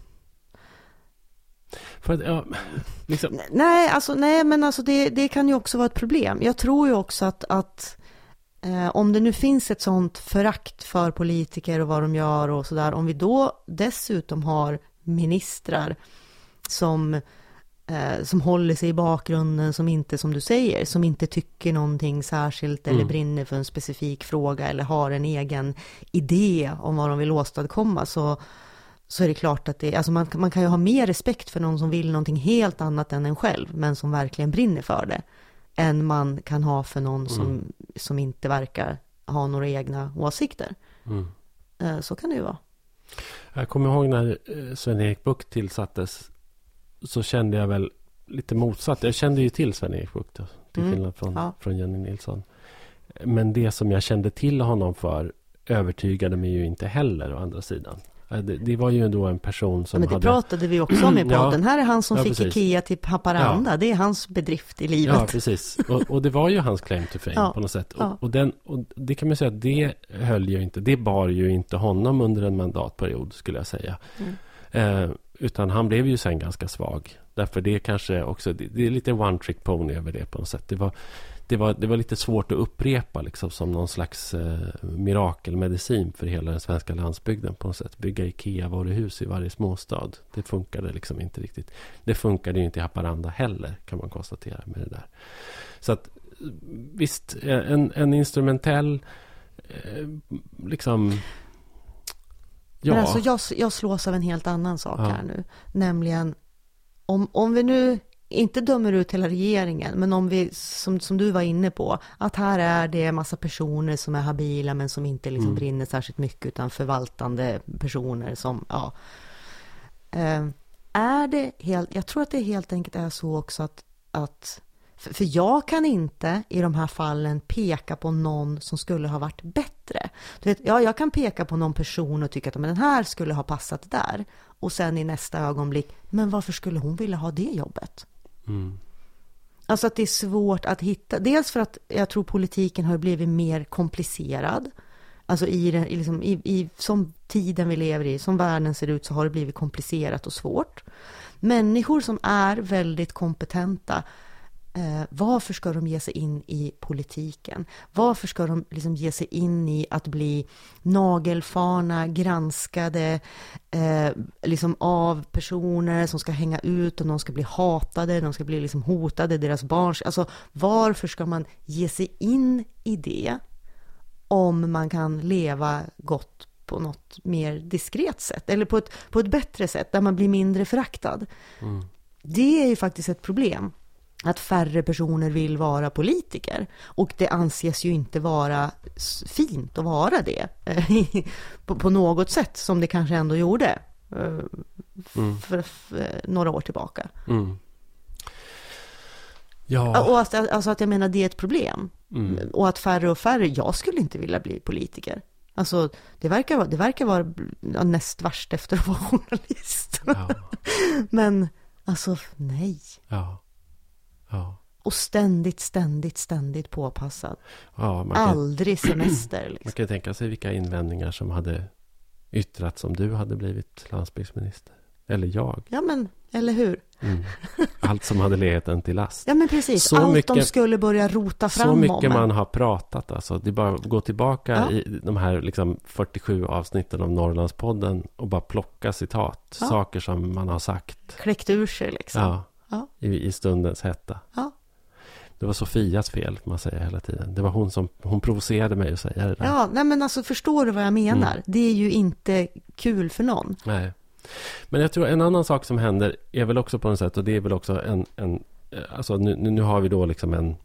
För att, ja, liksom, nej, alltså, nej, men alltså det, det kan ju också vara ett problem. Jag tror ju också att, att eh, om det nu finns ett sånt förakt för politiker och vad de gör och sådär, om vi då dessutom har ministrar som, eh, som håller sig i bakgrunden, som inte, som du säger, som inte tycker någonting särskilt eller Mm. brinner för en specifik fråga eller har en egen idé om vad de vill åstadkomma, så så är det klart att det, alltså man, man kan ju ha mer respekt för någon som vill någonting helt annat än en själv, men som verkligen brinner för det, än man kan ha för någon som, Mm. som inte verkar ha några egna åsikter. mm. Eh, Så kan det ju vara. Jag kommer ihåg när eh, Sven-Erik Bucht tillsattes, så kände jag väl lite motsatt. Jag kände ju till Sven-Erik Bucht då, till Mm. skillnad från, Ja. från Jenny Nilsson. Men det som jag kände till honom för övertygade mig ju inte heller å andra sidan. Eh, Det, det var ju ändå en person som Men det hade... pratade vi också om i Ja. podden. Här är han som Ja, fick precis. Ikea till Haparanda. Det är hans bedrift i livet. Ja, precis. Och, och det var ju hans claim to fame Ja. på något sätt. Och, Ja. och, den, och det kan man säga att det höll ju inte. Det bar ju inte honom under en mandatperiod, skulle jag säga. Mm. Eh, utan han blev ju sen ganska svag. Därför det kanske också, det, det är lite one trick pony över det på något sätt. Det var, det var, det var lite svårt att upprepa liksom, som någon slags eh, mirakelmedicin för hela den svenska landsbygden på något sätt. Bygga Ikea-varuhus i varje småstad. Det funkade liksom inte riktigt. Det funkade ju inte i Haparanda heller, kan man konstatera med det där. Så att visst, en, en instrumentell eh, liksom... Ja. Men alltså jag, jag slås av en helt annan sak Ja. här nu. Nämligen, om, om vi nu inte dömer ut hela regeringen, men om vi, som, som du var inne på, att här är det en massa personer som är habila men som inte liksom Mm. brinner särskilt mycket, utan förvaltande personer som, ja. Eh, är det helt, jag tror att det helt enkelt är så också att, att för, för jag kan inte i de här fallen peka på någon som skulle ha varit bättre. Du vet, ja, jag kan peka på någon person och tycka att men den här skulle ha passat där. Och sen i nästa ögonblick, men varför skulle hon vilja ha det jobbet? Mm. Alltså att det är svårt att hitta. Dels för att jag tror politiken har blivit mer komplicerad. Alltså i, den, i, liksom, i, i som tiden vi lever i, som världen ser ut, så har det blivit komplicerat och svårt. människor som är väldigt kompetenta, eh, varför ska de ge sig in i politiken? Varför ska de liksom ge sig in i att bli nagelfarna, granskade eh, liksom av personer som ska hänga ut, och de ska bli hatade, de ska bli liksom hotade, deras barn. Alltså varför ska man ge sig in i det om man kan leva gott på något mer diskret sätt, eller på ett, på ett bättre sätt där man blir mindre föraktad. Mm. Det är ju faktiskt ett problem, att färre personer vill vara politiker, och det anses ju inte vara fint att vara det på, på något sätt, som det kanske ändå gjorde mm. för, för några år tillbaka. Mm. Ja. Och att, alltså att jag menar, det är ett problem. Mm. Och att färre och färre, jag skulle inte vilja bli politiker. Alltså det verkar vara, det verkar vara näst värst efter att vara journalist. Ja. Men alltså nej. Ja. Ja. Och ständigt, ständigt, ständigt påpassad. Ja, man kan, aldrig semester. Liksom. Man kan tänka sig vilka invändningar som hade yttrats om du hade blivit landsbygdsminister. Eller jag. Ja, men, eller hur? Mm. Allt som hade legat en till last. Ja, men precis. Så Allt mycket, de skulle börja rota fram om. Så mycket man har pratat. Alltså. Det är bara att gå tillbaka ja. i de här liksom fyrtiosju avsnitten av Norrlandspodden och bara plocka citat. Ja. Saker som man har sagt. Kläckt ur sig liksom. Ja, ja. I, i stundens hetta. Ja. Det var Sofias fel, man säger hela tiden. Det var hon som hon provocerade mig att säga det där. Ja, nej men alltså förstår du vad jag menar? Mm. Det är ju inte kul för någon. Nej. Men jag tror en annan sak som händer är väl också på något sätt, och det är väl också en, en alltså nu, nu har vi då liksom en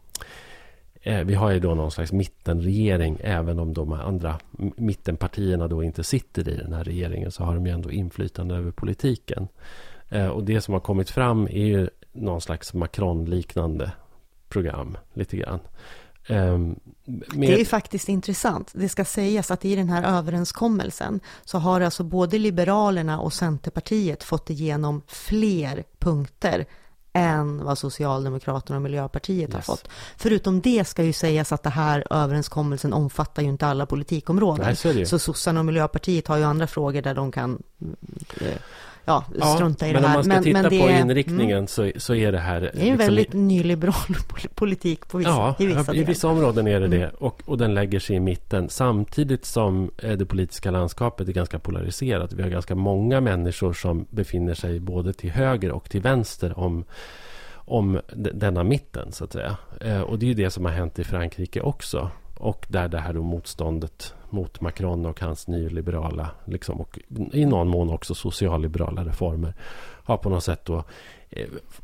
eh, vi har ju då någon slags mittenregering, även om de andra mittenpartierna då inte sitter i den här regeringen, så har de ju ändå inflytande över politiken. Eh, och det som har kommit fram är ju någon slags Macron-liknande program, lite grann. Um, med... Det är ju faktiskt intressant. Det ska sägas att i den här överenskommelsen så har alltså både Liberalerna och Centerpartiet fått igenom fler punkter än vad Socialdemokraterna och Miljöpartiet yes. har fått. Förutom det ska ju sägas att det här överenskommelsen omfattar ju inte alla politikområden. Nej, så, så Sossarna och Miljöpartiet har ju andra frågor där de kan eh, ja, strunta ja, i det här. Men om man ska men, titta men det på är, inriktningen mm, så, så är det här... Det är en liksom väldigt nyliberal politik på vissa, ja, i vissa i vissa områden är det mm. det. Och, och den lägger sig i mitten. Samtidigt som det politiska landskapet är ganska polariserat. Vi har ganska många människor som befinner sig både till höger och till vänster om, om d- denna mitten, så att säga. Eh, och det är ju det som har hänt i Frankrike också. Och där det här då motståndet mot Macron och hans nyliberala liksom, och i någon mån också socialliberala reformer har på något sätt då eh,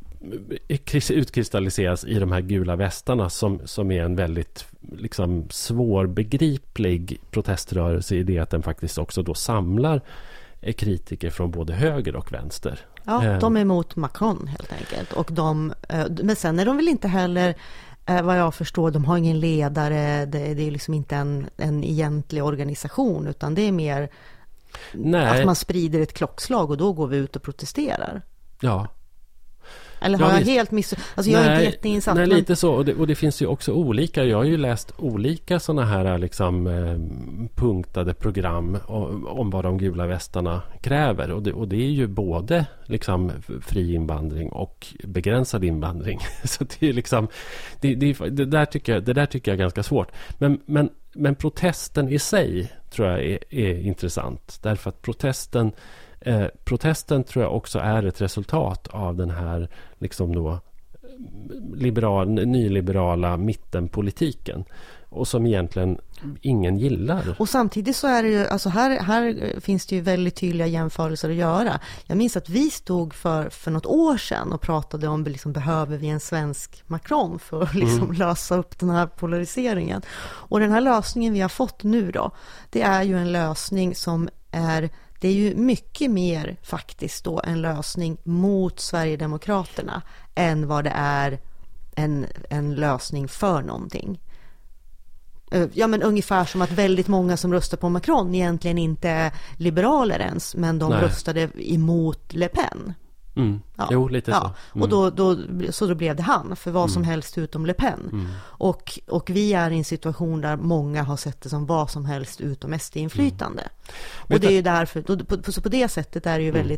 utkristalliseras i de här gula västarna som, som är en väldigt liksom, svårbegriplig proteströrelse i det att den faktiskt också då samlar eh, kritiker från både höger och vänster. Ja, eh. de är emot Macron helt enkelt. Och de, eh, men sen är de väl inte heller vad jag förstår, de har ingen ledare, det, det är liksom inte en, en egentlig organisation, utan det är mer Nej. att man sprider ett klockslag och då går vi ut och protesterar. Ja. Eller har ja, jag visst. helt miss... Alltså jag nej, är inte jätteinsatt. Nej, men... lite så. Och det, och det finns ju också olika. Jag har ju läst olika sådana här liksom, eh, punktade program om, om vad de gula västarna kräver. Och det, och det är ju både liksom, fri invandring och begränsad invandring. Så det är liksom... Det, det, det, där tycker jag, det där tycker jag är ganska svårt. Men, men, men protesten i sig tror jag är, är intressant. Därför att protesten... Eh, protesten tror jag också är ett resultat av den här liksom då liberal, nyliberala mittenpolitiken och som egentligen ingen gillar. Och samtidigt så är det ju, alltså här, här finns det ju väldigt tydliga jämförelser att göra. Jag minns att vi stod för, för något år sedan och pratade om liksom, behöver vi en svensk Macron för att liksom, mm. lösa upp den här polariseringen. Och den här lösningen vi har fått nu då, det är ju en lösning som är Det är ju mycket mer faktiskt då en lösning mot Sverigedemokraterna än vad det är en, en lösning för någonting. Ja, men ungefär som att väldigt många som röstar på Macron egentligen inte är liberaler ens, men de Nej. röstade emot Le Pen. Mm. Ja. Jo, lite ja. så. Mm. Och då, då, så då blev det han för vad mm. som helst utom Le Pen. Mm. Och, och vi är i en situation där många har sett det som vad som helst utom S D-inflytande. Mm. Och det är ju därför, då, på, på, så på det sättet är det ju mm. väldigt...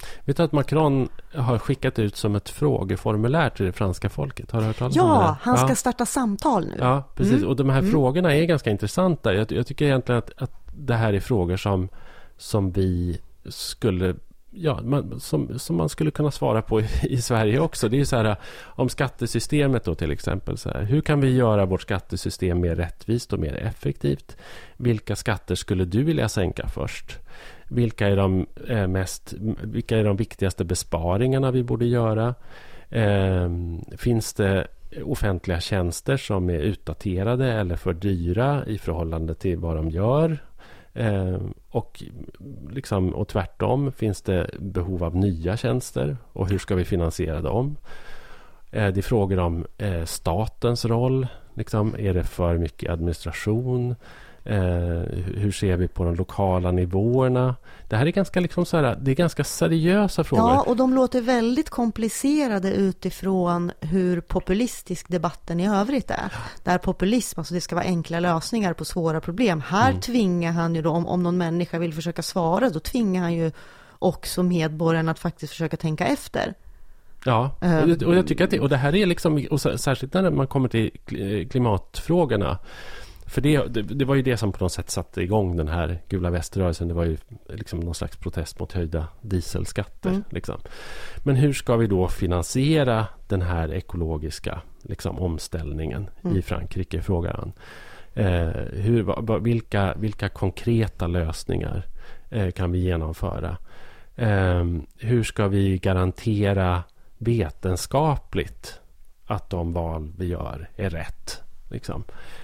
Vet du att Macron har skickat ut som ett frågeformulär till det franska folket? Har du hört talas om det? Ja, han ska ja. starta samtal nu. Ja, precis. Mm. Och de här mm. frågorna är ganska intressanta. Jag, jag tycker egentligen att, att det här är frågor som, som vi skulle... Ja, man, som, som man skulle kunna svara på i, i Sverige också. Det är så här, om skattesystemet då till exempel. Så här, hur kan vi göra vårt skattesystem mer rättvist och mer effektivt? Vilka skatter skulle du vilja sänka först? Vilka är de, eh, mest, vilka är de viktigaste besparingarna vi borde göra? Eh, finns det offentliga tjänster som är utdaterade eller för dyra i förhållande till vad de gör? Eh, och, liksom, och tvärtom, finns det behov av nya tjänster och hur ska vi finansiera dem? Eh, det är frågor om eh, statens roll. Liksom, är det för mycket administration? Eh, hur ser vi på de lokala nivåerna? Det här är ganska, liksom så här, det är ganska seriösa frågor. Ja, och de låter väldigt komplicerade utifrån hur populistisk debatten i övrigt är. Där populism, alltså det ska vara enkla lösningar på svåra problem. Här mm. tvingar han ju då, om, om någon människa vill försöka svara, då tvingar han ju också medborgarna att faktiskt försöka tänka efter. Ja, och, och jag tycker att det, och det här är liksom, och särskilt när man kommer till klimatfrågorna. För det, det, det var ju det som på något sätt satte igång den här gula väströrelsen. Det var ju liksom någon slags protest mot höjda dieselskatter. Mm. Liksom. Men hur ska vi då finansiera den här ekologiska liksom, omställningen mm. i Frankrike, frågar han. Eh, hur, vilka, vilka konkreta lösningar eh, kan vi genomföra? Eh, hur ska vi garantera vetenskapligt att de val vi gör är rätt? Liksom.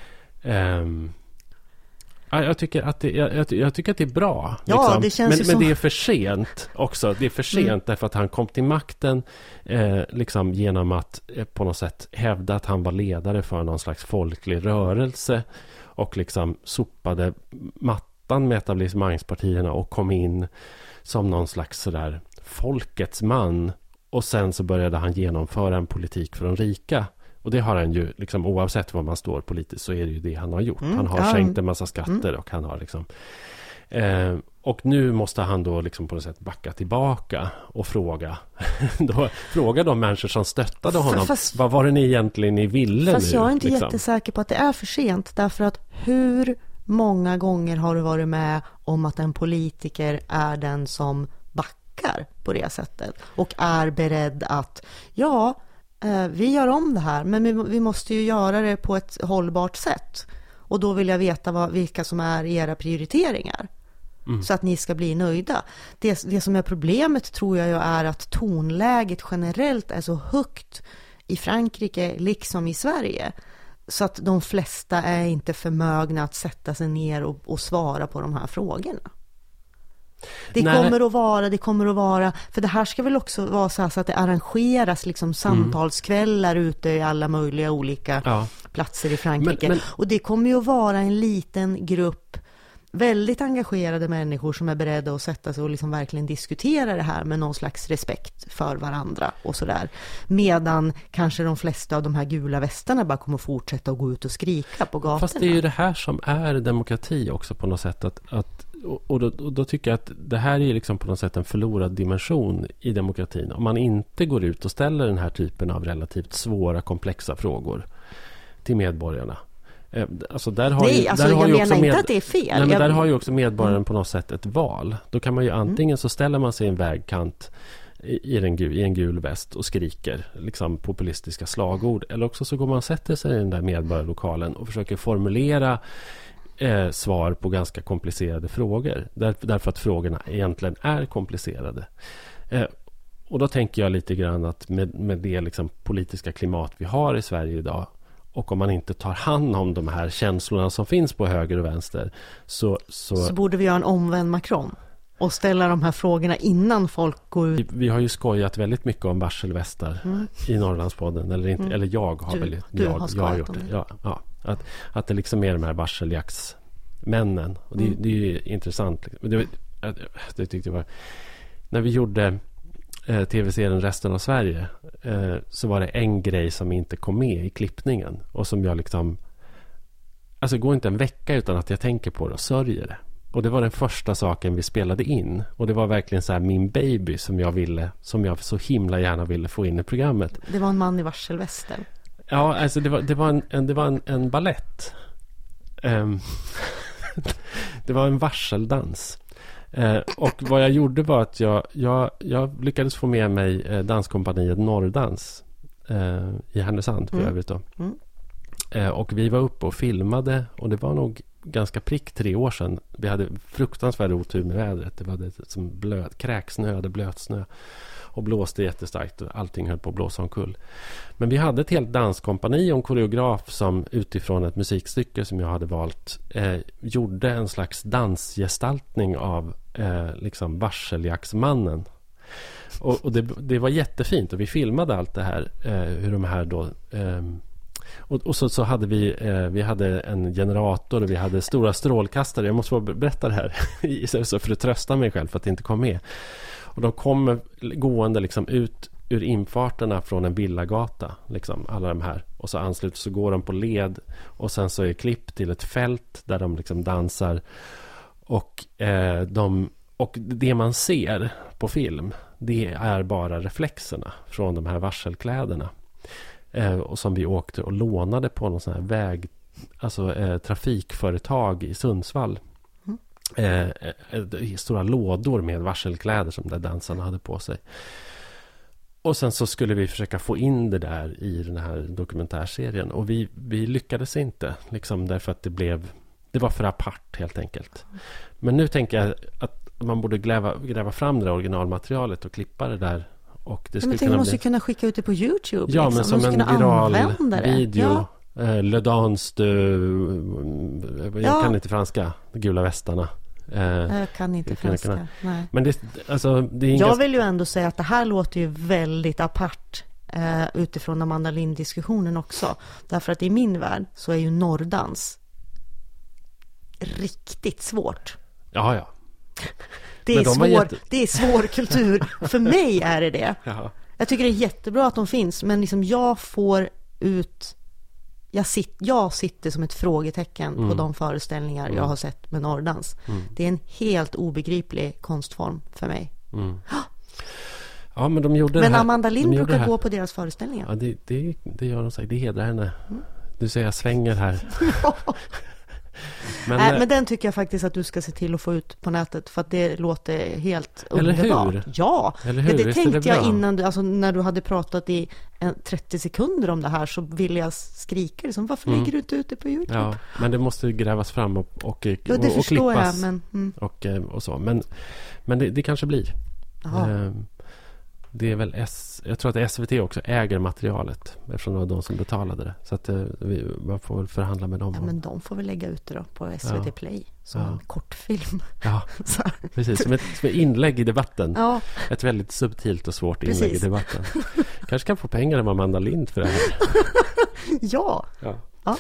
Um, jag, tycker att det, jag, jag tycker att det är bra. Ja, liksom. det känns men, ju men som... det är för sent också. Det är för sent mm. därför att han kom till makten eh, liksom genom att eh, på något sätt hävda att han var ledare för någon slags folklig rörelse och liksom sopade mattan med etablissemangspartierna och kom in som någon slags sådär folkets man. Och sen så började han genomföra en politik för de rika. Och det har han ju, liksom, oavsett var man står politiskt så är det ju det han har gjort. Mm, han har ja. sänkt en massa skatter mm. och han har liksom... Eh, och nu måste han då liksom på något sätt backa tillbaka och fråga då, fråga de människor som stöttade honom. Fast, vad var det ni egentligen ni ville fast nu? Jag är inte liksom? jättesäker på att det är för sent. Därför att hur många gånger har du varit med om att en politiker är den som backar på det sättet? Och är beredd att, ja... vi gör om det här, men vi, vi måste ju göra det på ett hållbart sätt. Och då vill jag veta vad, vilka som är era prioriteringar. Mm. Så att ni ska bli nöjda. Det, det som är problemet tror jag ju är att tonläget generellt är så högt i Frankrike liksom i Sverige. Så att de flesta är inte förmögna att sätta sig ner och, och svara på de här frågorna. Det Nej. kommer att vara, det kommer att vara, för det här ska väl också vara så, så att det arrangeras liksom samtalskvällar mm. ute i alla möjliga olika ja. platser i Frankrike. Men, men... Och det kommer ju att vara en liten grupp väldigt engagerade människor som är beredda att sätta sig och liksom verkligen diskutera det här med någon slags respekt för varandra och sådär. Medan kanske de flesta av de här gula västarna bara kommer att fortsätta att gå ut och skrika på gatorna. Fast det är ju det här som är demokrati också på något sätt. Att, att, och, då, och då tycker jag att det här är liksom på något sätt en förlorad dimension i demokratin. Om man inte går ut och ställer den här typen av relativt svåra, komplexa frågor till medborgarna. Alltså där har Nej, ju, alltså där jag har ju menar också inte med, att det är fel. Nej, men jag... där har ju också medborgaren på något sätt ett val. Då kan man ju antingen så ställer man sig i en vägkant i, i, en, i en gul väst och skriker liksom populistiska slagord. Eller också så går man och sätter sig i den där medborgarlokalen och försöker formulera eh, svar på ganska komplicerade frågor. Där, därför att frågorna egentligen är komplicerade. Eh, och då tänker jag lite grann att med, med det liksom politiska klimat vi har i Sverige idag, och om man inte tar hand om de här känslorna som finns på höger och vänster så... Så, så borde vi göra en omvänd Macron och ställa de här frågorna innan folk går ut. Vi, vi har ju skojat väldigt mycket om varselvästar mm. i Norrlandspodden. Eller, inte, mm. eller jag har du, väl du jag, har jag har gjort det. Ja, ja, att, att det liksom är de här varseljaktsmännen. Och det, mm. det är ju intressant. Det, det tyckte jag var... När vi gjorde... tv-serien Resten av Sverige eh, så var det en grej som inte kom med i klippningen och som jag liksom alltså går inte en vecka utan att jag tänker på det och sörjer det. Och det var den första saken vi spelade in. Och det var verkligen så här min baby som jag ville, som jag så himla gärna ville få in i programmet. Det var en man i varselvästen. Ja, alltså det var, det var en, en, det var en, en ballett. Um, det var en varseldans. Uh, och vad jag gjorde var att jag, jag, jag lyckades få med mig uh, danskompaniet Norrdans uh, i Härnösand för mm. övrigt då. Mm. Uh, och vi var uppe och filmade och det var nog ganska prick tre år sedan. Vi hade fruktansvärd otur med vädret. Det var det som blöd, kräksnö, det blötsnö och blåste jättestarkt och allting höll på att blåsa omkull. Men vi hade ett helt danskompani och en koreograf som utifrån ett musikstycke som jag hade valt eh, gjorde en slags dansgestaltning av eh, liksom varseljaktsmannen. Och, och det, det var jättefint och vi filmade allt det här eh, hur de här då eh, och, och så, så hade vi eh, vi hade en generator och vi hade stora strålkastare. Jag måste få berätta det här så för att trösta mig själv för att det inte kom med. Och de kommer gående liksom ut ur infarterna från en villagata. Liksom, alla de här. Och så ansluter så går de på led. Och sen så är klipp till ett fält där de liksom dansar. Och, eh, de, och det man ser på film, det är bara reflexerna från de här varselkläderna. Eh, och som vi åkte och lånade på någon sån här väg, alltså eh, trafikföretag i Sundsvall. Eh, eh, stora lådor med varselkläder som där dansarna hade på sig. Och sen så skulle vi försöka få in det där i den här dokumentärserien och vi, vi lyckades inte liksom därför att det blev det var för apart helt enkelt. Men nu tänker jag att man borde gräva, gräva fram det där originalmaterialet och klippa det där och det skulle men kunna måste bli... ju kunna skicka ut det på YouTube. Ja, liksom. men som en viral video. Ja. Eh, Le Dans de... Jag ja. kan inte franska. De gula västarna. Eh, jag kan inte franska. Kunna... Nej. Men det, alltså, det är jag ganska... vill ju ändå säga att det här låter ju väldigt apart eh, utifrån Amanda Lind-diskussionen också. Därför att i min värld så är ju norrdans riktigt svårt. Ja, ja. Det är, de svår, jätte... det är svår kultur. För mig är det det. Jaha. Jag tycker det är jättebra att de finns. Men liksom jag får ut... Jag, sit, jag sitter som ett frågetecken mm. på de föreställningar mm. jag har sett med norrdans. Mm. Det är en helt obegriplig konstform för mig. Mm. Ja, men de gjorde men det här. Amanda Lind de brukar gå på deras föreställningar. Ja, det, det, det gör de säkert. Det hedrar henne. Mm. Du säger jag svänger här. Men, Nej, men den tycker jag faktiskt att du ska se till att få ut på nätet för att det låter helt eller underbart. Hur? Ja, eller hur? det, det tänkte det jag innan du, alltså när du hade pratat i en, trettio sekunder om det här så ville jag skrika liksom, varför mm. lägger du inte ut det på YouTube? Ja, men det måste grävas fram och, och, ja, det och, och förstår klippas jag, men, mm. och, och så. Men, men det, det kanske blir. Ehm, det är väl S, jag tror att S V T också äger materialet eftersom det var de som betalade det. Så att vi, man får väl förhandla med dem. Ja, men de får väl lägga ut det då på S V T ja. Play som ja. en kortfilm. Ja, precis. Som ett, som ett inlägg i debatten. Ja. Ett väldigt subtilt och svårt precis. inlägg i debatten. Kanske kan få pengar av Amanda Lind för det här. ja. Ja. ja.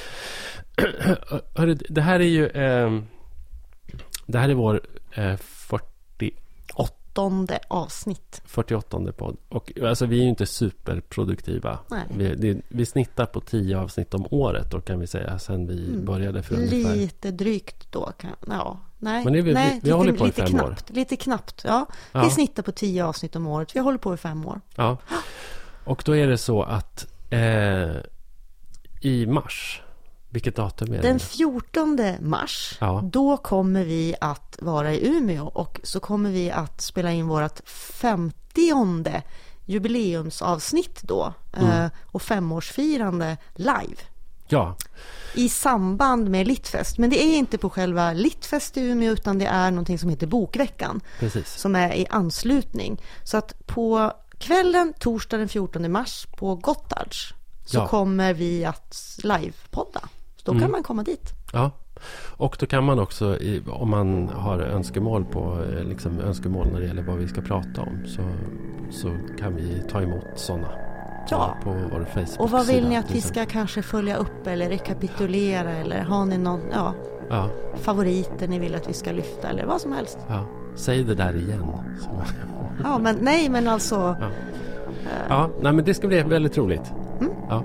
Hörru, det här är ju eh, det här är vår eh, fyrtioåttonde avsnitt. fyrtioåttonde podd. Och alltså vi är ju inte superproduktiva. Nej. Vi, det, vi snittar på tio avsnitt om året då kan vi säga sen vi mm. började för ungefär. Lite drygt då kan, ja. Nej, Men det, vi, nej, vi, vi lite, håller på lite i fem knappt, år. Lite knappt, ja. ja. Vi snittar på tio avsnitt om året. Vi håller på i fem år. Ja. Och då är det så att eh, i mars, vilket datum är det? Den fjortonde mars, ja. Då kommer vi att vara i Umeå och så kommer vi att spela in vårt femtionde jubileumsavsnitt då mm. eh, och femårsfirande live. Ja. I samband med Littfest. Men det är inte på själva Littfest i Umeå utan det är någonting som heter Bokveckan. Precis. Som är i anslutning. Så att på kvällen, torsdag den fjortonde mars på Gottards så ja. kommer vi att livepodda. Så då kan mm. man komma dit. Ja, och då kan man också om man har önskemål på liksom önskemål när det gäller vad vi ska prata om så, så kan vi ta emot sådana. Ja, på vår Facebook. Och vad vill ni att vi ska kanske följa upp eller rekapitulera eller har ni någon ja, ja. favoriter ni vill att vi ska lyfta eller vad som helst. Ja, säg det där igen. Ja, men nej, men alltså ja, äh... ja nej, men det ska bli väldigt roligt. Mm. Ja.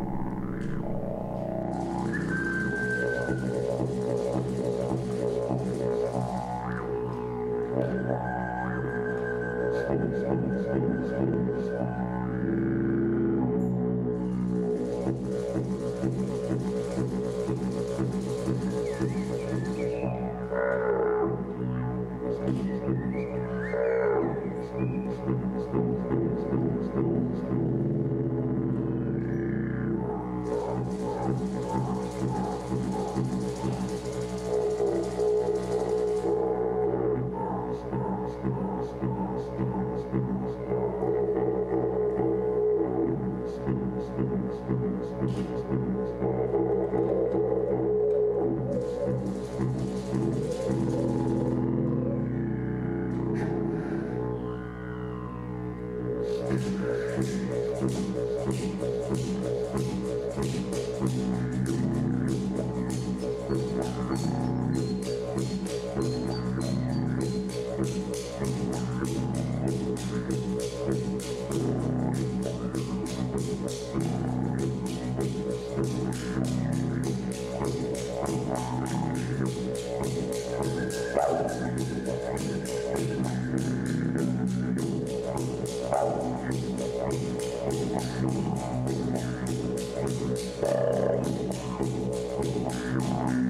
Thank you.